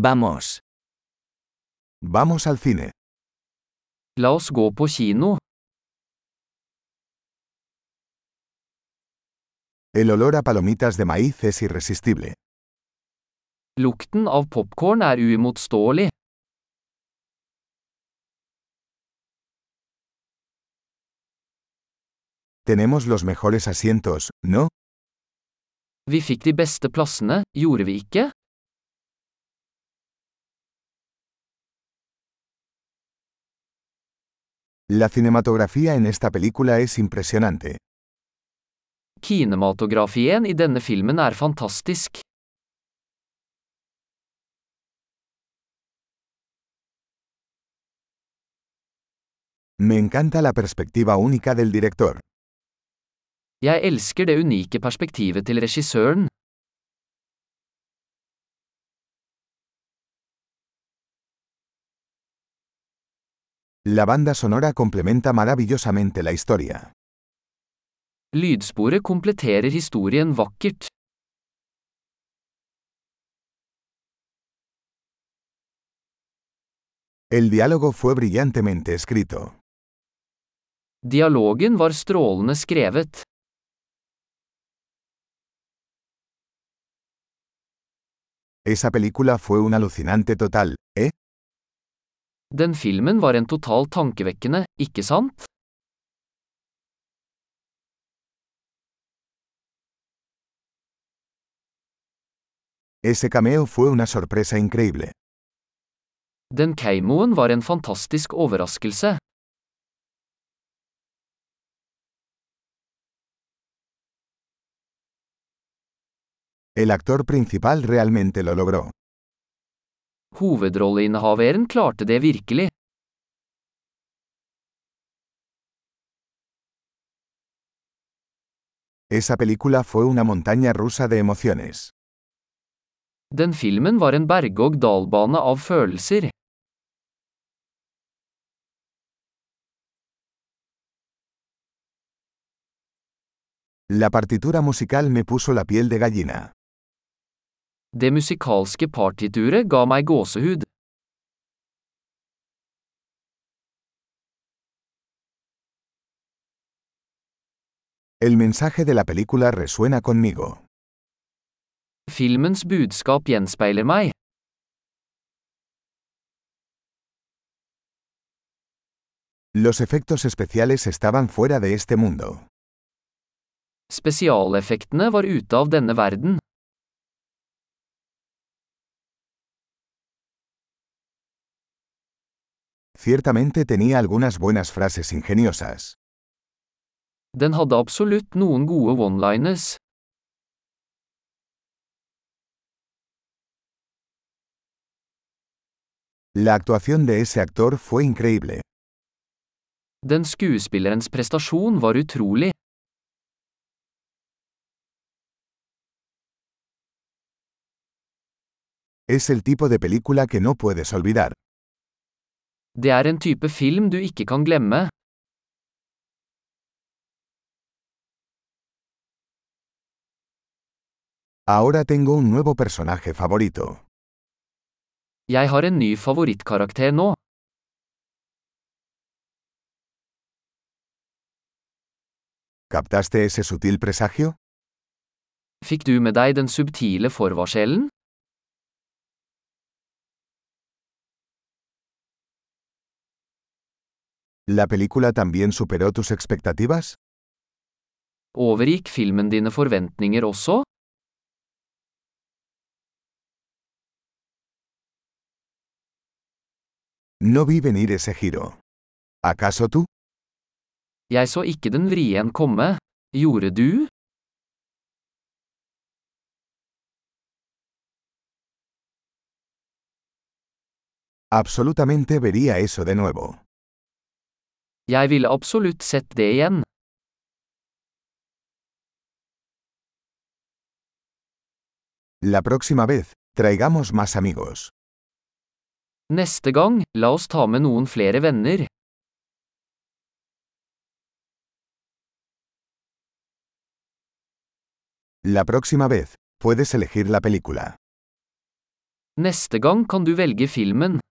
Vamos. Vamos al cine. La oss gå på kino. El olor a palomitas de maíz es irresistible. Lukten av popcorn er uimotståelig. Tenemos los mejores asientos, ¿no? Vi fikk de beste plassene, gjorde vi ikke? La cinematografía en esta película es impresionante. Kinematografien i denne filmen er fantastisk. Me encanta la perspectiva única del director. Jeg elsker det unike perspektivet til regissøren. La banda sonora complementa maravillosamente la historia. Lydsporet kompletterer historien vakkert. El diálogo fue brillantemente escrito. Dialogen var strålende skrevet. Esa película fue un alucinante total, ¿eh? Den filmen var en totalt tankevekkende, ikke sant? Ese cameo fue una sorpresa increíble. Den cameoen var en fantastisk overraskelse. El actor principal realmente lo logró. Hovedrolleinnehaveren klarte det virkelig. Esa película fue una montaña rusa de emociones. Den filmen var en berg-og-dal-bane av følelser. La partitura musical me puso la piel de gallina. Det musikalske partituret ga meg gåsehud. El mensaje de la película resuena conmigo. Filmens budskap gjenspeiler meg. Los efectos especiales estaban fuera de este mundo. Spesialeffektene var ute av denne verden. Ciertamente tenía algunas buenas frases ingeniosas. Den hadde absolutt noen gode one-liners. La actuación de ese actor fue increíble. Den skuespillerens prestasjon var utrolig. Es el tipo de película que no puedes olvidar. Det er en type film du ikke kan glemme. Ahora tengo un nuevo personaje favorito. Jeg har en ny favorittkarakter nå. ¿Captaste ese sutil presagio? Fikk du med deg den subtile forvarselen? ¿La película también superó tus expectativas? Overgikk filmen dine forventninger også? No vi venir ese giro. ¿Acaso tú? Jeg så ikke den vrien komme. Gjorde du? Absolutamente vería eso de nuevo. Jeg ville absolutt sett det igjen. La próxima vez, traigamos más amigos. Neste gang, la oss ta med noen flere venner. La próxima vez, puedes elegir la película. Neste gang kan du velge filmen.